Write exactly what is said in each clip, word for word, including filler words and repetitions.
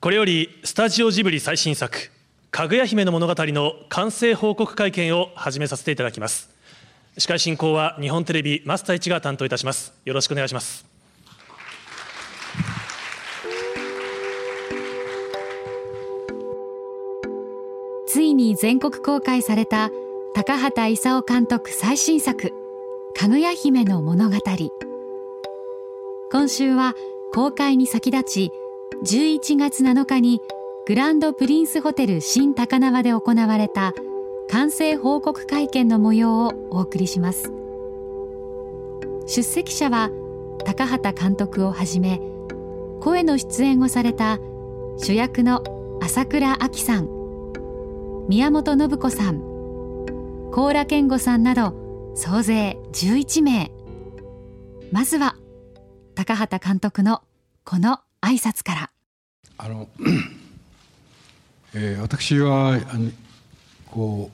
これよりスタジオジブリ最新作かぐや姫の物語の完成報告会見を始めさせていただきます。司会進行は日本テレビ増田一が担当いたします。よろしくお願いします。 ついに全国公開された高畑勲監督最新作かぐや姫の物語。今週は公開に先立ちじゅういちがつなのかにグランドプリンスホテル新高輪で行われた完成報告会見の模様をお送りします。出席者は高畑監督をはじめ、声の出演をされた主役の朝倉亜希さん、宮本信子さん、高良健吾さんなど総勢じゅういちめい。まずは高畑監督のこの挨拶から。 あの、えー、私はあのこ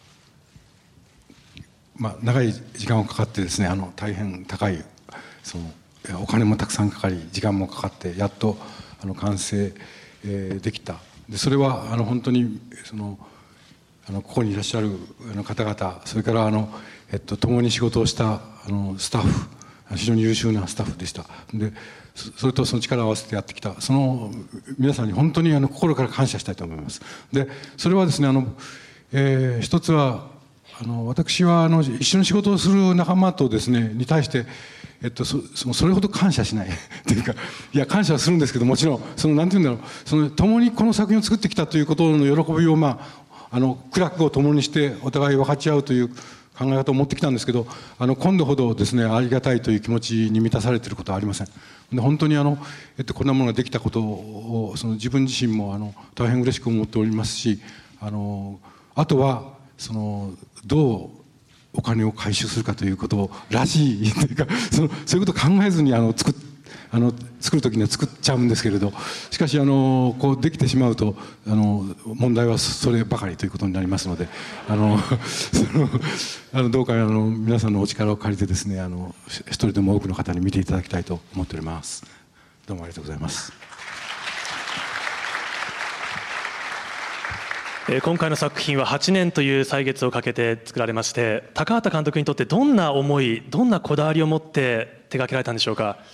う、まあ、長い時間をかかってですね、あの大変高いそのお金もたくさんかかり時間もかかってやっとあの完成、えー、できた。でそれはあの本当にそのあのここにいらっしゃるあの方々、それからあの、えっと、共に仕事をしたあのスタッフ、非常に優秀なスタッフでした。でそれとその力を合わせてやってきたその皆さんに本当にあの心から感謝したいと思います。でそれはですね、あの、えー、一つはあの私はあの一緒に仕事をする仲間とですねに対して、えっと、そ, それほど感謝しないというか、いや感謝はするんですけど、もちろんそのなんていうんだろう、その共にこの作品を作ってきたということの喜びを、まああの苦楽を共にしてお互い分かち合うという考え方を持ってきたんですけど、あの今度ほどですねありがたいという気持ちに満たされていることはありません。で本当にあの、えっと、こんなものができたことをその自分自身もあの大変嬉しく思っておりますし、あのあとはそのどうお金を回収するかということらしいというか、そのそういうことを考えずにあの作っあの作る時には作っちゃうんですけれど、しかしあのこうできてしまうとあの問題はそればかりということになりますので、あのそのあのどうかあの皆さんのお力を借りてですね、あの一人でも多くの方に見ていただきたいと思っております。どうもありがとうございます。 今回の作品ははちねんという歳月をかけて作られまして、高畑監督にとってどんな思い、どんなこだわりを持って手掛けられたんでしょうか。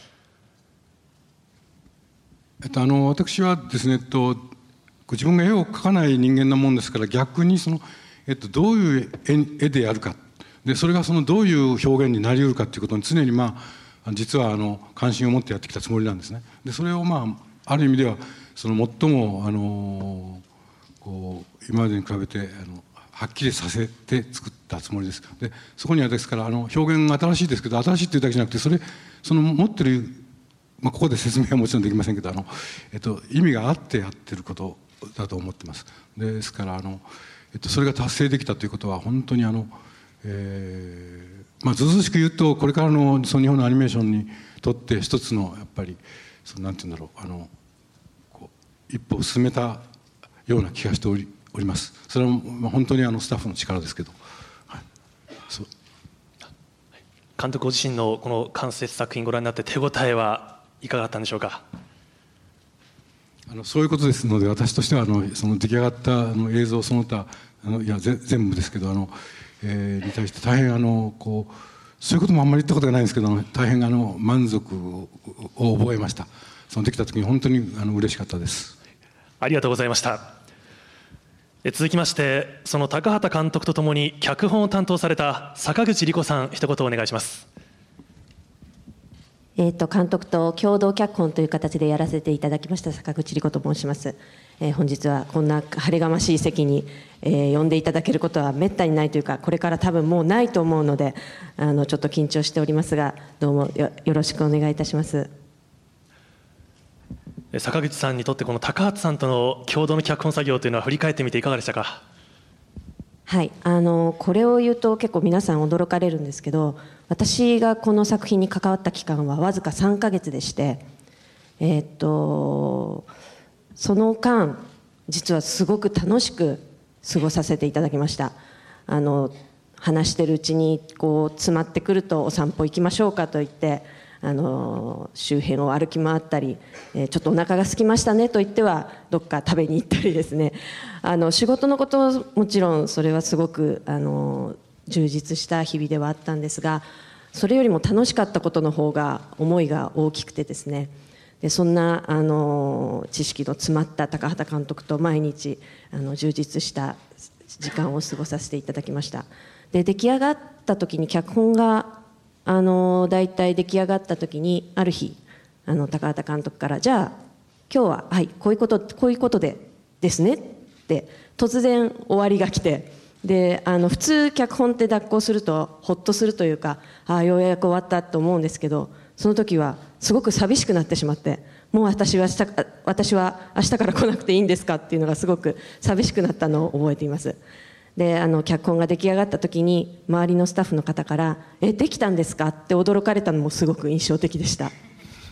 えっと、あの私はですね、えっと、自分が絵を描かない人間なもんですから、逆にその、えっと、どういう絵、絵でやるかで、それがそのどういう表現になりうるかということに常に、まあ、実はあの関心を持ってやってきたつもりなんですね。でそれを、まあ、ある意味ではその最もあのこう今までに比べてあのはっきりさせて作ったつもりです。でそこにはですからあの表現が新しいですけど、新しいというだけじゃなくて、それその持ってる、まあ、ここで説明はもちろんできませんけど、あの、えっと、意味があってやってることだと思ってます。ですからあの、えっと、それが達成できたということは本当にあの、えーまあ、ずうずうしく言うと、これからのその日本のアニメーションにとって一つのやっぱりそのなんていうんだろう、あのこう一歩を進めたような気がしており、おります。それは本当にあのスタッフの力ですけど、はい、そう監督ご自身のこの完成作品ご覧になって手応えはいかがだったんでしょうか。 あのそういうことですので、私としてはあのその出来上がったあの映像その他あのいやぜ全部ですけど、あの、えー、に対して大変あのこうそういうこともあんまり言ったことがないんですけど、あの大変あの満足を覚えました。そのできた時に本当にあの嬉しかったです。 ありがとうございました。続きまして、その高畑監督とともに脚本を担当された坂口理子さん、一言お願いします。 えー、と監督と共同脚本という形でやらせていただきました坂口理子と申します。えー、本日はこんな晴れがましい席に、えー、呼んでいただけることはめったにないというか、これから多分もうないと思うので、あのちょっと緊張しておりますが、どうも よ, よろしくお願いいたします。 坂口さんにとってこの高畑さんとの共同の脚本作業というのは振り返ってみていかがでしたか。 はい、あのこれを言うと結構皆さん驚かれるんですけど、私がこの作品に関わった期間はわずかさんかげつでして、えー、っとその間実はすごく楽しく過ごさせていただきました。あの話してるうちにこう詰まってくると、お散歩行きましょうかと言って、 あの周辺を歩き回ったり、えー、ちょっとお腹が空きましたねと言ってはどっか食べに行ったりですね、あの仕事のこともちろんそれはすごくあの充実した日々ではあったんですが、それよりも楽しかったことの方が思いが大きくてですね、でそんなあの知識の詰まった高畑監督と毎日あの充実した時間を過ごさせていただきました。で出来上がった時に脚本があの大体出来上がった時にある日あの高畑監督から「じゃあ今日は、はい、こういうことこういうことでですね」って突然終わりが来て、であの普通脚本って脱稿するとホッとするというか、ああようやく終わったと思うんですけど、その時はすごく寂しくなってしまって、もう私は明日、私は明日から来なくていいんですかっていうのがすごく寂しくなったのを覚えています。であの脚本が出来上がった時に周りのスタッフの方から「えできたんですか?」って驚かれたのもすごく印象的でした。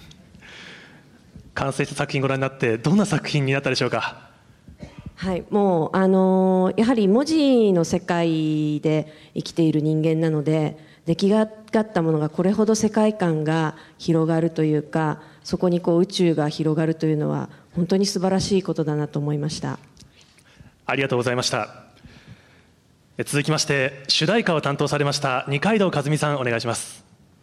完成した作品ご覧になってどんな作品になったでしょうか？ はい、もうあのやはり文字の世界で生きている人間なので、出来上がったものがこれほど世界観が広がるというか、そこにこう宇宙が広がるというのは本当に素晴らしいことだなと思いました。 ありがとうございました。続きまして主題歌を担当されました二階堂和美さん、お願いします。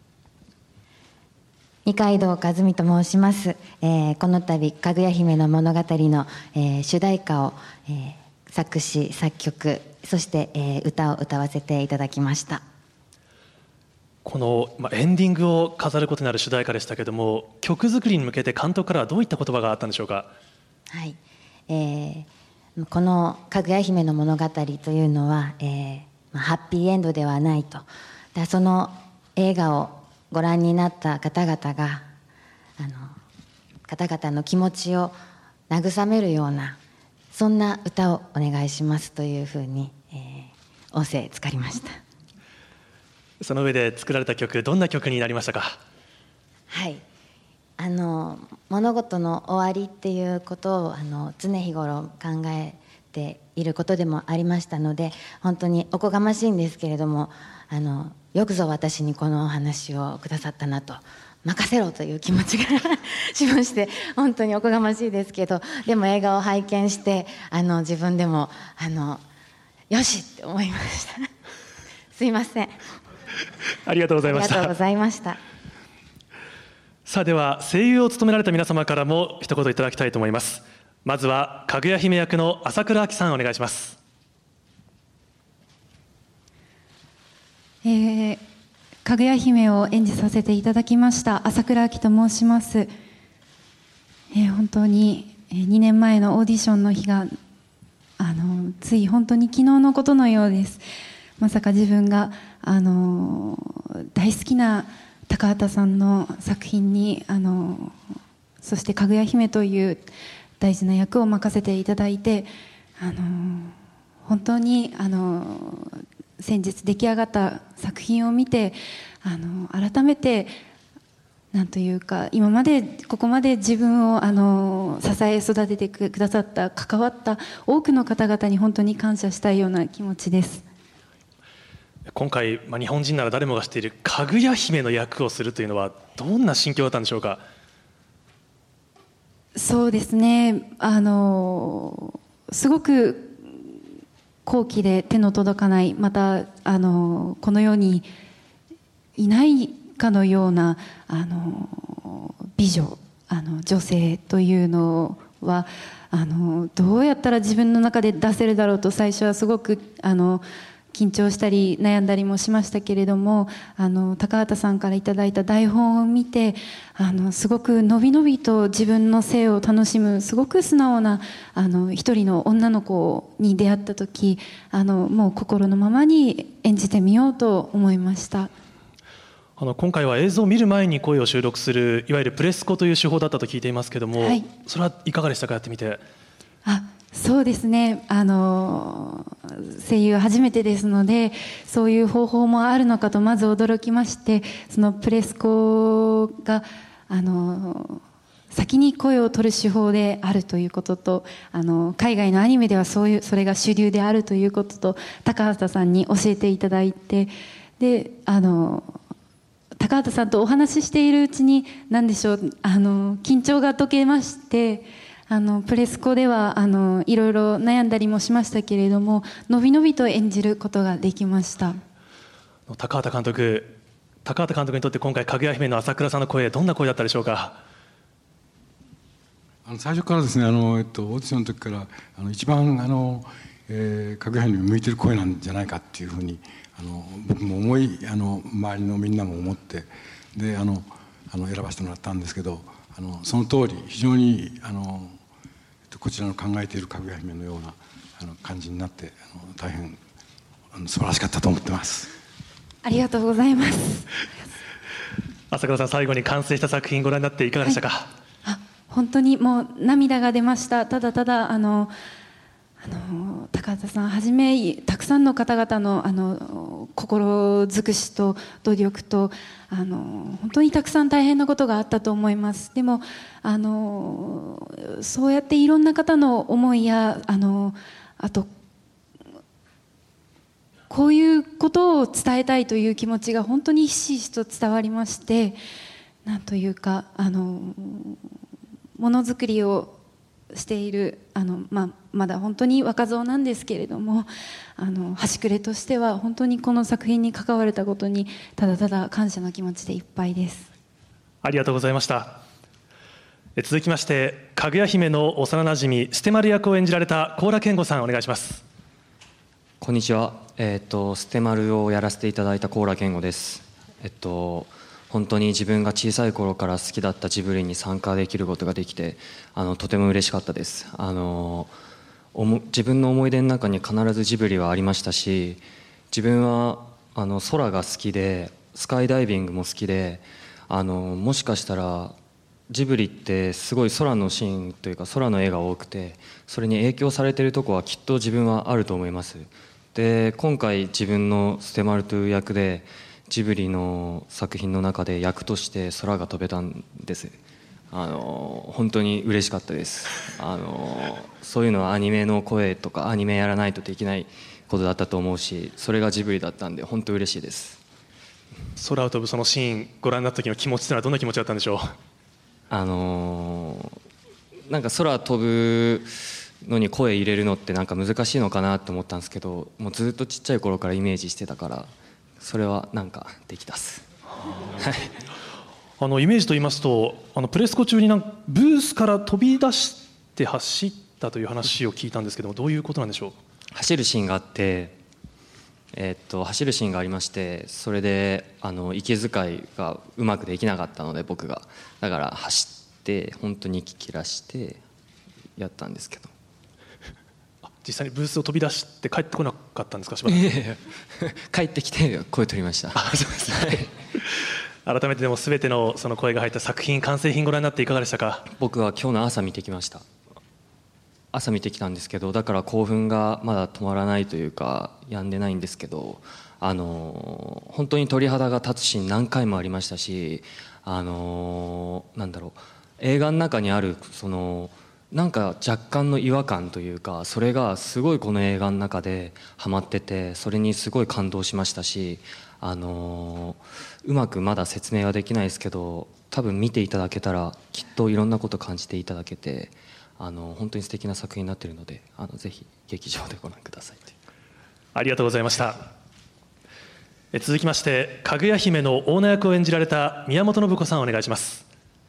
二階堂和美と申します。えー、この度かぐや姫の物語の、えー、主題歌を、えー、作詞作曲そして、えー、歌を歌わせていただきました。 この、まあ、エンディングを飾ることになる主題歌でしたけれども、曲作りに向けて監督からはどういった言葉があったんでしょうか？ はい、えーこのかぐや姫の物語というのは、えー、ハッピーエンドではないと。だその映画をご覧になった方々があの方々の気持ちを慰めるようなそんな歌をお願いしますというふうに、えー、音声使いました。 その上で作られた曲、どんな曲になりましたか？ はい、あの物事の終わりっていうことをあの常日頃考えていることでもありましたので、本当におこがましいんですけれども、あのよくぞ私にこのお話をくださったなと、任せろという気持ちがしまして、本当におこがましいですけど、でも映画を拝見してあの自分でもあのよしって思いましたすいません。 ありがとうございました。 ありがとうございました。 さあでは声優を務められた皆様からも一言いただきたいと思います。まずはかぐや姫役の朝倉亜希さん、お願いします。 えー、かぐや姫を演じさせていただきました朝倉亜希と申します。えー、本当ににねんまえのオーディションの日があのつい本当に昨日のことのようです。まさか自分があの大好きな高畑さんの作品にあのそしてかぐや姫という大事な役を任せていただいて、あの本当にあの先日出来上がった作品を見てあの改めてなんというか、今までここまで自分をあの支え育ててくださった関わった多くの方々に本当に感謝したいような気持ちです。 今回、まあ、日本人なら誰もが知っているかぐや姫の役をするというのはどんな心境だったんでしょうか？ そうですね、あのすごく高貴で手の届かない、またあのこの世にいないかのようなあの美女、あの女性というのはあのどうやったら自分の中で出せるだろうと最初はすごくあの緊張したり悩んだりもしましたけれども、あの高畑さんからいただいた台本を見てあのすごくのびのびと自分の性を楽しむすごく素直なあの一人の女の子に出会った時、あのもう心のままに演じてみようと思いました。 あの今回は映像を見る前に声を収録するいわゆるプレスコという手法だったと聞いていますけれども、はい、それはいかがでしたか？やってみて。 あそうですね、あの声優初めてですのでそういう方法もあるのかとまず驚きまして、そのプレスコがあの先に声を取る手法であるということと、あの海外のアニメではそういうそれが主流であるということと高畑さんに教えていただいて、であの高畑さんとお話ししているうちに何でしょう、あの緊張が解けまして、あのプレスコではあのいろいろ悩んだりもしましたけれども、のびのびと演じることができました。 高畑監督、高畑監督にとって今回かぐや姫の朝倉さんの声、どんな声だったでしょうか。 あの最初からですね、あの、えっと、オーディションの時からあの一番あの、えー、かぐや姫に向いてる声なんじゃないかっていうふうにあの僕も思い、あの周りのみんなも思って、であのあの選ばせてもらったんですけど、あのその通り非常にあの、えっと、こちらの考えているかぐや姫のようなあの感じになって、あの大変あの素晴らしかったと思ってます。 ありがとうございます。 朝倉さん、最後に完成した作品ご覧になっていかがでしたか。はい、 あ、本当にもう涙が出ました。ただただあのあの高畑さんはじめたくさんの方々のあの心尽くしと努力と、あの本当にたくさん大変なことがあったと思います。でもあのそうやっていろんな方の思いや、あのあとこういうことを伝えたいという気持ちが本当にひしひしと伝わりまして、なんというかあのものづくりをしているあの、まあ、まだ本当に若造なんですけれども、あの端くれとしては本当にこの作品に関われたことにただただ感謝の気持ちでいっぱいです。 ありがとうございました。続きましてかぐや姫の幼なじみステマル役を演じられた高良健吾さん、お願いします。 こんにちは、えー、とステマルをやらせていただいた高良健吾です。えっと本当に自分が小さい頃から好きだったジブリに参加できることができて、あのとても嬉しかったです。あのおも自分の思い出の中に必ずジブリはありましたし、自分はあの空が好きでスカイダイビングも好きで、あのもしかしたらジブリってすごい空のシーンというか空の絵が多くて、それに影響されているところはきっと自分はあると思います。で今回自分のステマルという役でジブリの作品の中で役として空が飛べたんです。あの本当に嬉しかったです。あのそういうのはアニメの声とかアニメやらないとできないことだったと思うし、それがジブリだったんで本当嬉しいです。 空を飛ぶそのシーンご覧になった時の気持ちというのはどんな気持ちだったんでしょう。 あのなんか空飛ぶのに声入れるのってなんか難しいのかなと思ったんですけど、もうずっとちっちゃい頃からイメージしてたから、それはなんかできたっす。はい。 あのイメージと言いますと、あのプレスコ中になんかブースから飛び出して走ったという話を聞いたんですけども、どういうことなんでしょう。 走るシーンがあって、えー、っと走るシーンがありまして、それであの息遣いがうまくできなかったので僕がだから走って本当に息切らしてやったんですけど。 実際にブースを飛び出して帰ってこなかったんですか。しばらく。 いやいや帰ってきて声取りました。 あ、そうですね。改めてでも全てのその声が入った作品、完成品ご覧になっていかがでしたか。 僕は今日の朝見てきました。朝見てきたんですけど、だから興奮がまだ止まらないというか止んでないんですけど、あの本当に鳥肌が立つシーン何回もありましたし、あのなんだろう、映画の中にあるそのなんか若干の違和感というか、それがすごいこの映画の中でハマってて、それにすごい感動しましたし、あのうまくまだ説明はできないですけど、多分見ていただけたらきっといろんなこと感じていただけて、あの本当に素敵な作品になっているので、あのぜひ劇場でご覧ください。 ありがとうございました。え続きましてかぐや姫のオーナー役を演じられた宮本信子さん、お願いします。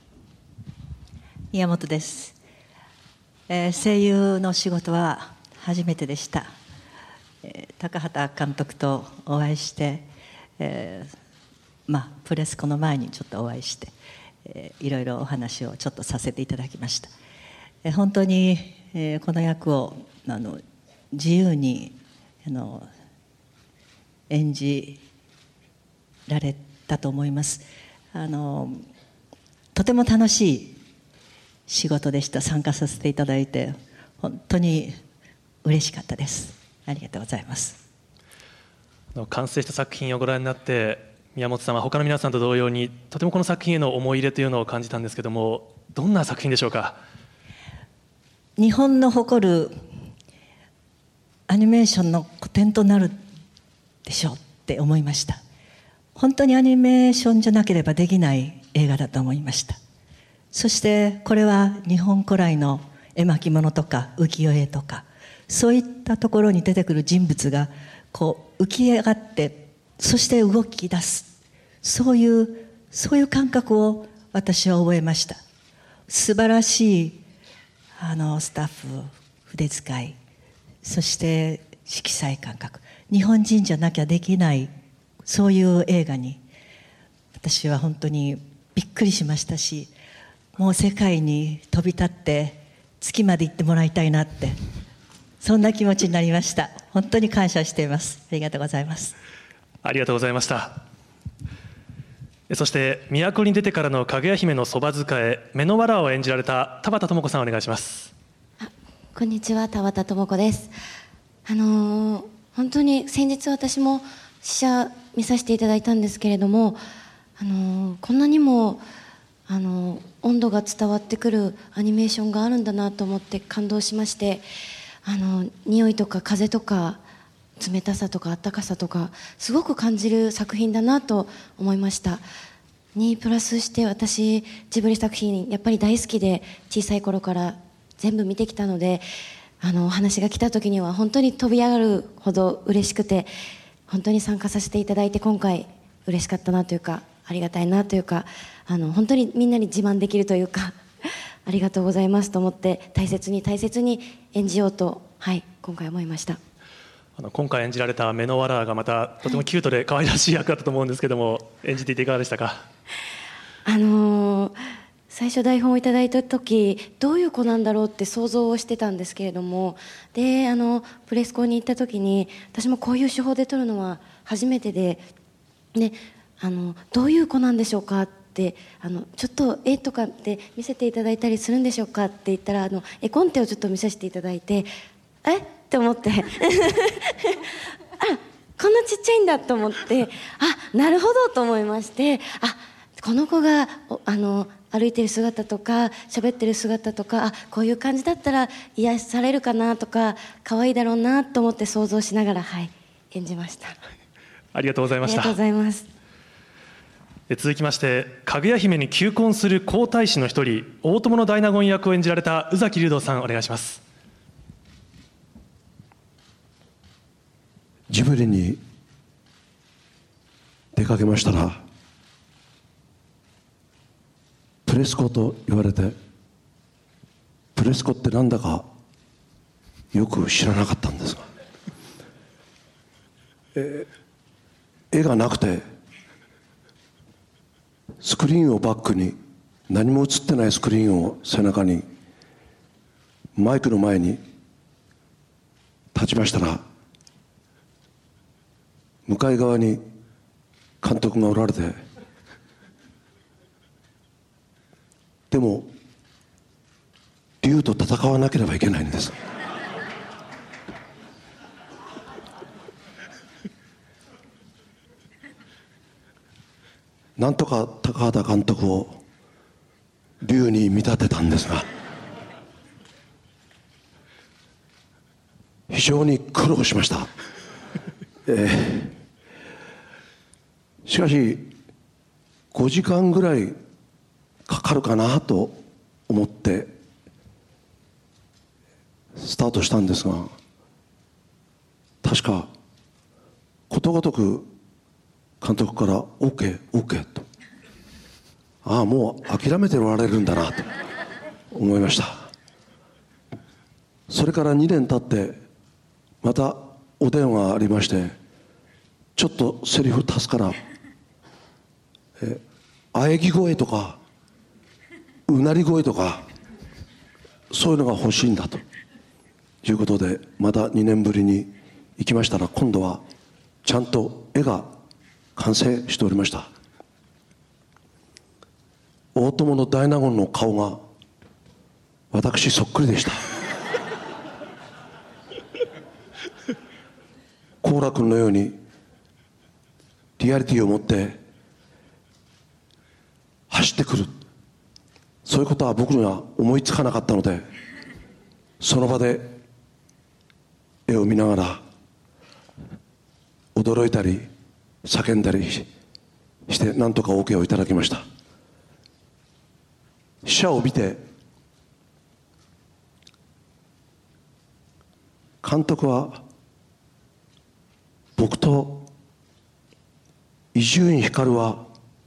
宮本です。えー、声優の仕事は初めてでした。えー、高畑監督とお会いして、えーまあ、プレスコの前にちょっとお会いして、えー、いろいろお話をちょっとさせていただきました。えー、本当に、えー、この役をあの自由にあの演じられたと思います。あのとても楽しい仕事でした。参加させていただいて本当に嬉しかったです。ありがとうございます。 完成した作品をご覧になって宮本さんは他の皆さんと同様にとてもこの作品への思い入れというのを感じたんですけども、どんな作品でしょうか。 日本の誇るアニメーションの古典となるでしょうって思いました。 本当にアニメーションじゃなければできない映画だと思いました。そしてこれは日本古来の絵巻物とか浮世絵とかそういったところに出てくる人物がこう浮き上がってそして動き出す、そういうそういう感覚を私は覚えました。素晴らしいあのスタッフ、筆使い、そして色彩感覚、日本人じゃなきゃできないそういう映画に私は本当にびっくりしましたし、もう世界に飛び立って月まで行ってもらいたいなってそんな気持ちになりました。本当に感謝しています。ありがとうございます。 ありがとうございました。そして都に出てからのかぐや姫のそば使い目のわらを演じられた田畑智子さん、お願いします。 あ、こんにちは、田畑智子です。あのー、本当に先日私も試写見させていただいたんですけれども、あのー、こんなにもあのー、温度が伝わってくるアニメーションがあるんだなと思って感動しまして、あのー、匂いとか風とか冷たさとか温かさとかすごく感じる作品だなと思いました。にプラスして私ジブリ作品やっぱり大好きで小さい頃から全部見てきたので、あのお話が来た時には本当に飛び上がるほど嬉しくて、本当に参加させていただいて今回嬉しかったなというか、ありがたいなというか、あの本当にみんなに自慢できるというかありがとうございますと思って大切に大切に演じようと、はい、今回思いました。 あの今回演じられた目のわらがまたとてもキュートで可愛らしい役だったと思うんですけども、演じていていかがでしたか？ あのー、最初台本をいただいた時どういう子なんだろうって想像をしてたんですけれども、であのプレスコに行った時に私もこういう手法で撮るのは初めてで、であのどういう子なんでしょうかってあのちょっと絵とかって見せていただいたりするんでしょうかって言ったら、あの絵コンテをちょっと見させていただいて、えって思ってあ、こんなちっちゃいんだと思って、あ、なるほどと思いまして、あ、この子があの歩いてる姿とか喋ってる姿とか、あ、こういう感じだったら癒されるかなとか可愛いだろうなと思って想像しながら、はい、演じました。 ありがとうございました。 ありがとうございます。 続きましてかぐや姫に求婚する皇太子の一人、大友の大納言役を演じられた宇崎竜童さん、お願いします。 ジブリに出かけましたらプレスコと言われて、プレスコってなんだかよく知らなかったんですが、え絵がなくてスクリーンをバックに、何も映ってないスクリーンを背中にマイクの前に立ちましたら、向かい側に監督がおられて、でも竜と戦わなければいけないんです。なんとか高畑監督を竜に見立てたんですが、非常に苦労しました。えーしかしごじかんぐらいかかるかなと思ってスタートしたんですが、確かことごとく監督から オーケーオーケー と、ああもう諦めておられるんだなと思いました。それからにねん経ってまたお電話がありまして、ちょっとセリフ足すからえ喘ぎ声とかうなり声とかそういうのが欲しいんだということで、またにねんぶりに行きましたら、今度はちゃんと絵が完成しておりました。大友の大納言の顔が私そっくりでした。好楽君のようにリアリティを持って走ってくる、そういうことは僕には思いつかなかったので、その場で絵を見ながら驚いたり叫んだりしてなんとか オーケー をいただきました。死者を見て監督は僕と伊集院光は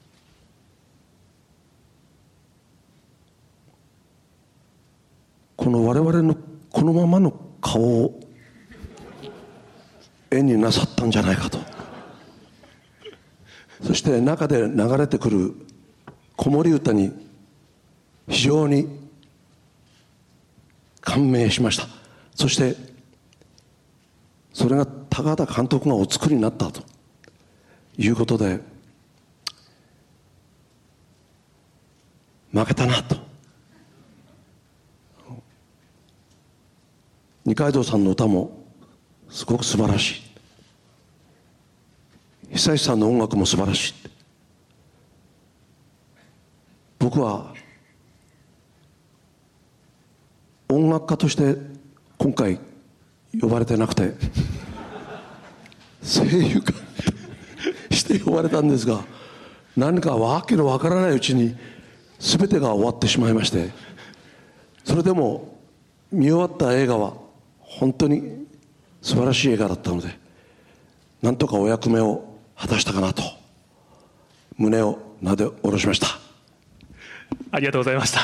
この我々のこのままの顔を絵になさったんじゃないかと。そして中で流れてくる子守歌に非常に感銘しました。そしてそれが高畑監督がお作りになったということで、負けたなと。二階堂さんの歌もすごく素晴らしい、久石さんの音楽も素晴らしい。僕は音楽家として今回呼ばれてなくて声優家して呼ばれたんですが、何かわけのわからないうちに全てが終わってしまいまして、それでも見終わった映画は本当に素晴らしい映画だったので、なんとかお役目を果たしたかなと胸をなで下ろしました。 ありがとうございました。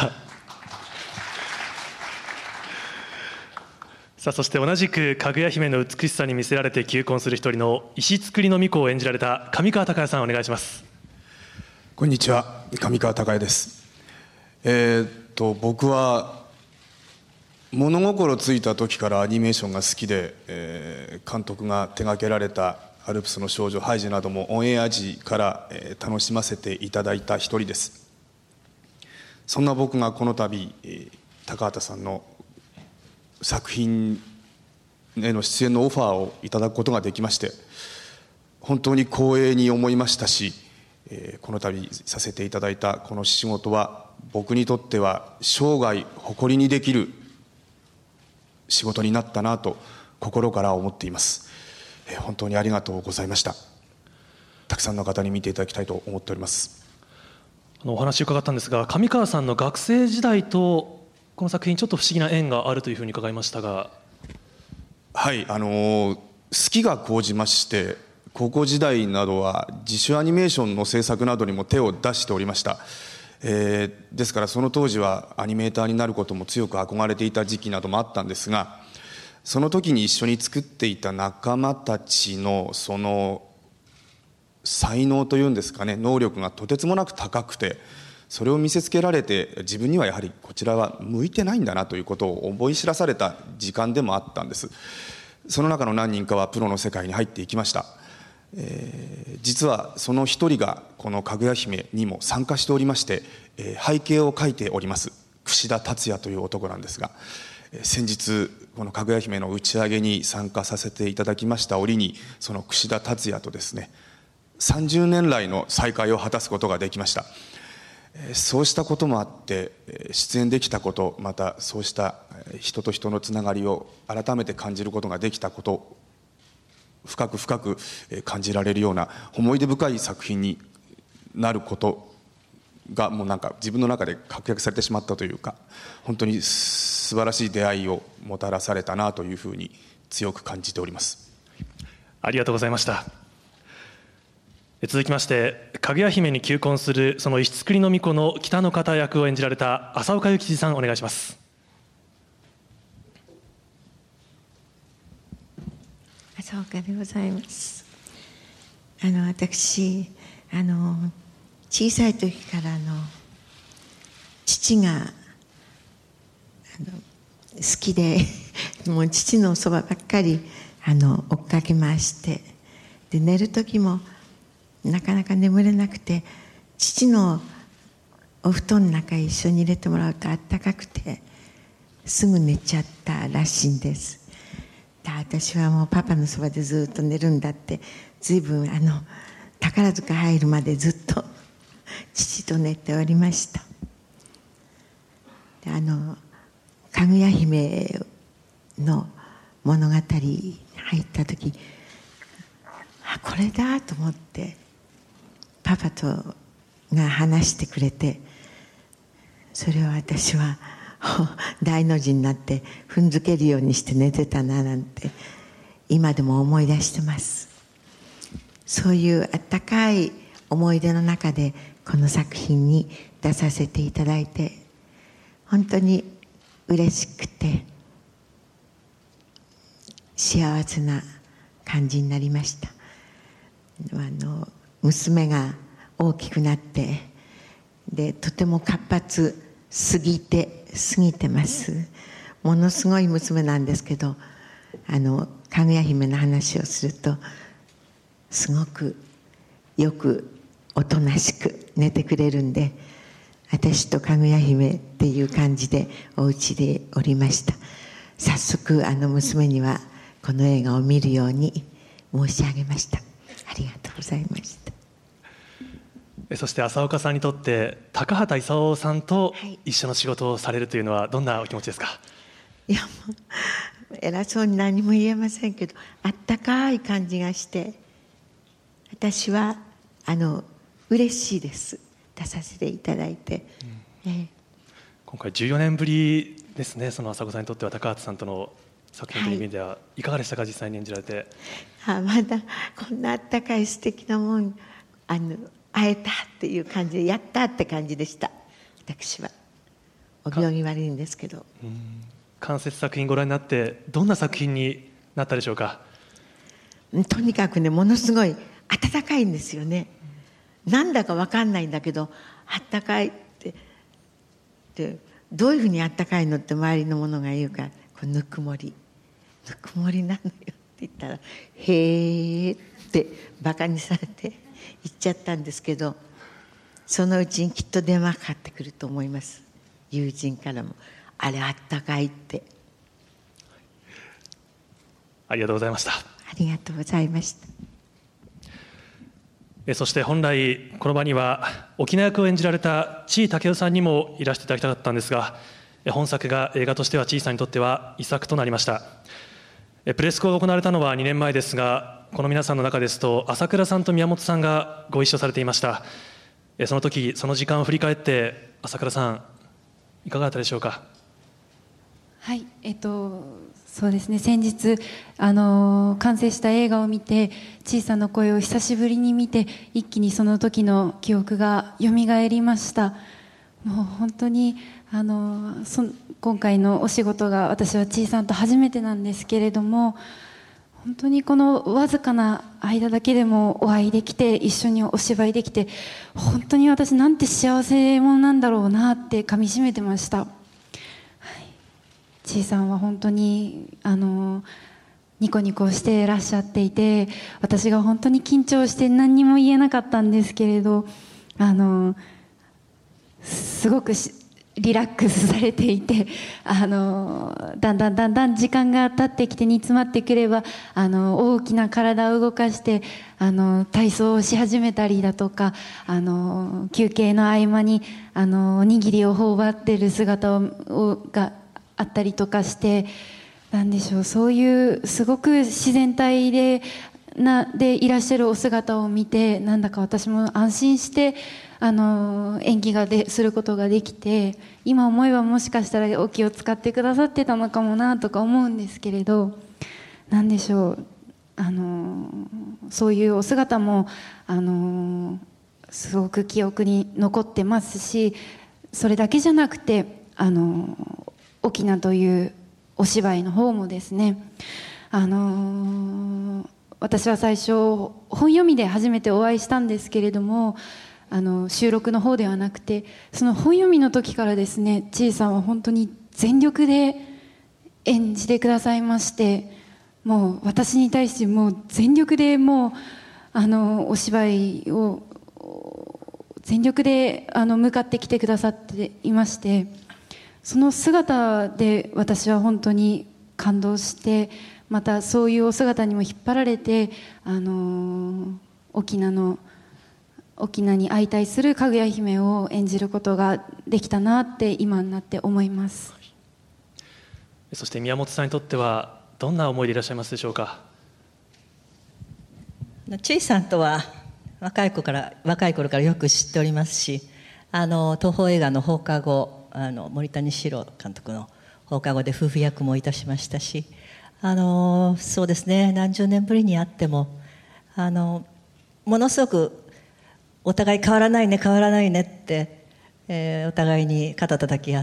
さあ、そして同じくかぐや姫の美しさに魅せられて求婚する一人の石造の巫女を演じられた上川隆也さん、お願いします。 こんにちは、上川隆也です。えー、っと僕は物心ついた時からアニメーションが好きで、えー、監督が手掛けられたアルプスの少女ハイジなどもオンエア時から、えー、楽しませていただいた一人です。そんな僕がこの度、えー、高畑さんの作品への出演のオファーをいただくことができまして、本当に光栄に思いましたし、えー、この度させていただいたこの仕事は僕にとっては生涯誇りにできる仕事になったなと心から思っています。えー、本当にありがとうございました。たくさんの方に見ていただきたいと思っております。 あのお話伺ったんですが、上川さんの学生時代とこの作品ちょっと不思議な縁があるというふうに伺いましたが。 はい、あのー、好きが高じまして、高校時代などは自主アニメーションの制作などにも手を出しておりました。えー、ですからその当時はアニメーターになることも強く憧れていた時期などもあったんですが、その時に一緒に作っていた仲間たちのその才能というんですかね、能力がとてつもなく高くて、それを見せつけられて自分にはやはりこちらは向いてないんだなということを思い知らされた時間でもあったんです。その中の何人かはプロの世界に入っていきました。えー、実はその一人がこのかぐや姫にも参加しておりまして、えー、背景を書いております櫛田達也という男なんですが、えー、先日このかぐや姫の打ち上げに参加させていただきました折に、その櫛田達也とですねさんじゅうねん来の再会を果たすことができました。えー、そうしたこともあって出演できたこと、またそうした人と人のつながりを改めて感じることができたこと、深く深く感じられるような思い出深い作品になることがもうなんか自分の中で確約されてしまったというか、本当に素晴らしい出会いをもたらされたなというふうに強く感じております。 ありがとうございました。続きまして、かぐや姫に求婚するその石造の巫女の北の方役を演じられた浅岡幸二さん、お願いします。 浅岡でございます。あの私あの小さい時からの父があの好きでもう父のそばばっかりあの追っかけまして、で寝る時もなかなか眠れなくて、父のお布団の中へ一緒に入れてもらうとあったかくてすぐ寝ちゃったらしいんです。で私はもうパパのそばでずっと寝るんだって、ずいぶんあの宝塚入るまでずっと父と寝ておりました。であのかぐや姫の物語に入った時、あこれだと思ってパパとが話してくれて、それを私は大の字になって踏んづけるようにして寝てたななんて今でも思い出してます。そういうあったかい思い出の中でこの作品に出させていただいて本当に嬉しくて幸せな感じになりました。あの娘が大きくなってでとても活発すぎて過ぎてます。ものすごい娘なんですけど、あのかぐや姫の話をするとすごくよくおとなしく寝てくれるんで、私とかぐや姫っていう感じでお家でおりました。早速あの娘にはこの映画を見るように申し上げました。ありがとうございました。 そして浅岡さんにとって高畑勲さんと一緒の仕事をされるというのはどんなお気持ちですか？ いやもう偉そうに何も言えませんけど、あったかい感じがして私はあの嬉しいです、出させていただいて、うんええ、 今回じゅうよねんぶりですね。その浅岡さんにとっては高畑さんとの作品という意味ではいかがでしたか、実際に演じられて。 あまだこんなあったかい素敵なもんあの会えたっていう感じで、やったって感じでした。私はお行儀悪いんですけど、 うん、間接作品ご覧になってどんな作品になったでしょうか？ とにかくね、ものすごい温かいんですよね。なんだか分かんないんだけどあったかいってで、どういうふうにあったかいのって周りのものが言うからこうぬくもりぬくもりなのよって言ったらへーってバカにされて言っちゃったんですけど、そのうちにきっと電話かかってくると思います。友人からもあれあったかいって。 ありがとうございました。 ありがとうございました。 えそして本来この場には翁役を演じられた地井武夫さんにもいらしていただきたかったんですが、本作が映画としては地井さんにとっては遺作となりました。プレスコが行われたのはにねんまえですが、この皆さんの中ですと朝倉さんと宮本さんがご一緒されていました。その時その時間を振り返って朝倉さんいかがだったでしょうか？ はい、えっとそうですね、先日あの完成した映画を見てちいさんの声を久しぶりに見て一気にその時の記憶がよみがえりました。もう本当にあのそ今回のお仕事が私はちいさんと初めてなんですけれども、本当にこのわずかな間だけでもお会いできて一緒にお芝居できて、本当に私なんて幸せ者なんだろうなってかみしめてました。ちいさんは本当にあのニコニコしていらっしゃっていて、私が本当に緊張して何にも言えなかったんですけれど、あのすごくリラックスされていて、あのだんだんだんだん時間が経ってきて煮詰まってくればあの大きな体を動かしてあの体操をし始めたりだとか、あの休憩の合間にあのおにぎりを頬張ってる姿ををがあったりとかして、なんでしょう、そういうすごく自然体でなでいらっしゃるお姿を見て、なんだか私も安心してあの演技がですることができて、今思えばもしかしたらお気を使ってくださってたのかもなとか思うんですけれど、なんでしょう、あのそういうお姿もあのすごく記憶に残ってますし、それだけじゃなくてあの翁というお芝居の方もですね、あのー、私は最初本読みで初めてお会いしたんですけれども、あの収録の方ではなくてその本読みの時からですね、ちいさんは本当に全力で演じてくださいまして、もう私に対してもう全力でもうあのお芝居を全力であの向かってきてくださっていまして、その姿で私は本当に感動して、またそういうお姿にも引っ張られて、あの翁の翁に相対するかぐや姫を演じることができたなって今になって思います。 そして宮本さんにとってはどんな思いでいらっしゃいますでしょうか？ ちいさんとは若い子から若い頃からよく知っておりますし、あの東宝映画の放課後、あの森谷四郎監督の放課後で夫婦役もいたしましたし、あのそうですね、何十年ぶりに会ってもあのものすごくお互い変わらないね変わらないねって、えー、お互いに肩叩き合って、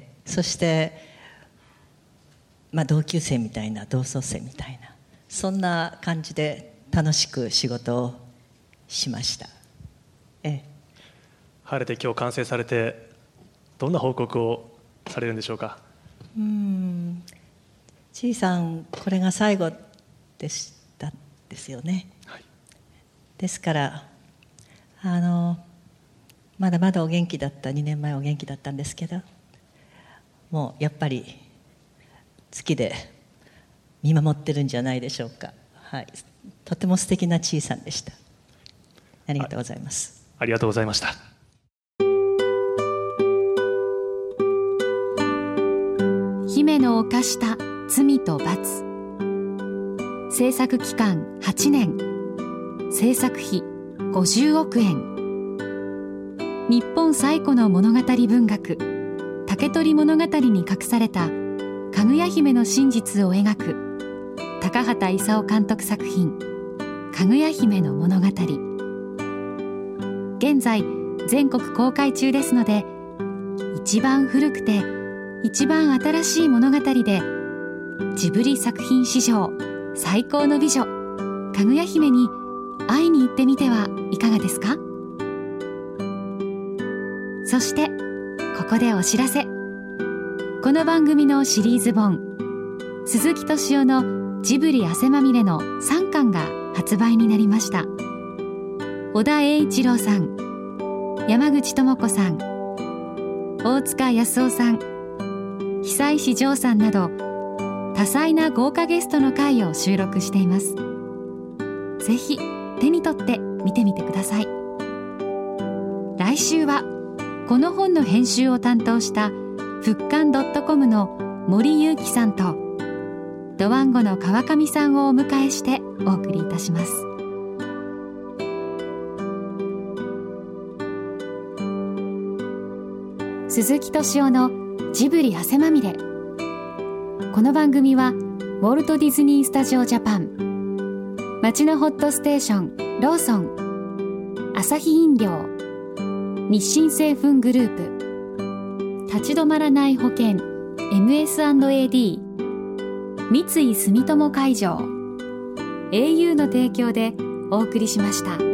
そして、まあ、同級生みたいな同窓生みたいな、そんな感じで楽しく仕事をしました。ええ、 晴れて今日完成されてどんな報告をされるんでしょうか。 うーん、ちいさんこれが最後でしたですよね、はい、ですからあのまだまだお元気だった、にねんまえお元気だったんですけど、もうやっぱり月で見守ってるんじゃないでしょうか。はい、とても素敵なちいさんでした。ありがとうございます。 あ、ありがとうございました。 姫の犯した罪と罰。制作期間はちねん、制作費ごじゅうおくえん。日本最古の物語文学「竹取物語」に隠されたかぐや姫の真実を描く高畑勲監督作品「かぐや姫の物語」。現在全国公開中ですので、一番古くて一番新しい物語でジブリ作品史上最高の美女かぐや姫に会いに行ってみてはいかがですか。そしてここでお知らせ。この番組のシリーズ本、鈴木敏夫のジブリ汗まみれのさんかんが発売になりました。小田栄一郎さん、山口智子さん、大塚康夫さん、久石譲さんなど多彩な豪華ゲストの回を収録しています。ぜひ手に取って見てみてください。来週はこの本の編集を担当した復刊 .com の森裕樹さんとドワンゴの川上さんをお迎えしてお送りいたします。鈴木敏夫のジブリ汗まみれ。この番組はウォルト・ディズニー・スタジオ・ジャパン、町のホットステーションローソン、アサヒ飲料、日清製粉グループ、立ち止まらない保険 エムエスアンドエーディー、 三井住友海上、 エーユー の提供でお送りしました。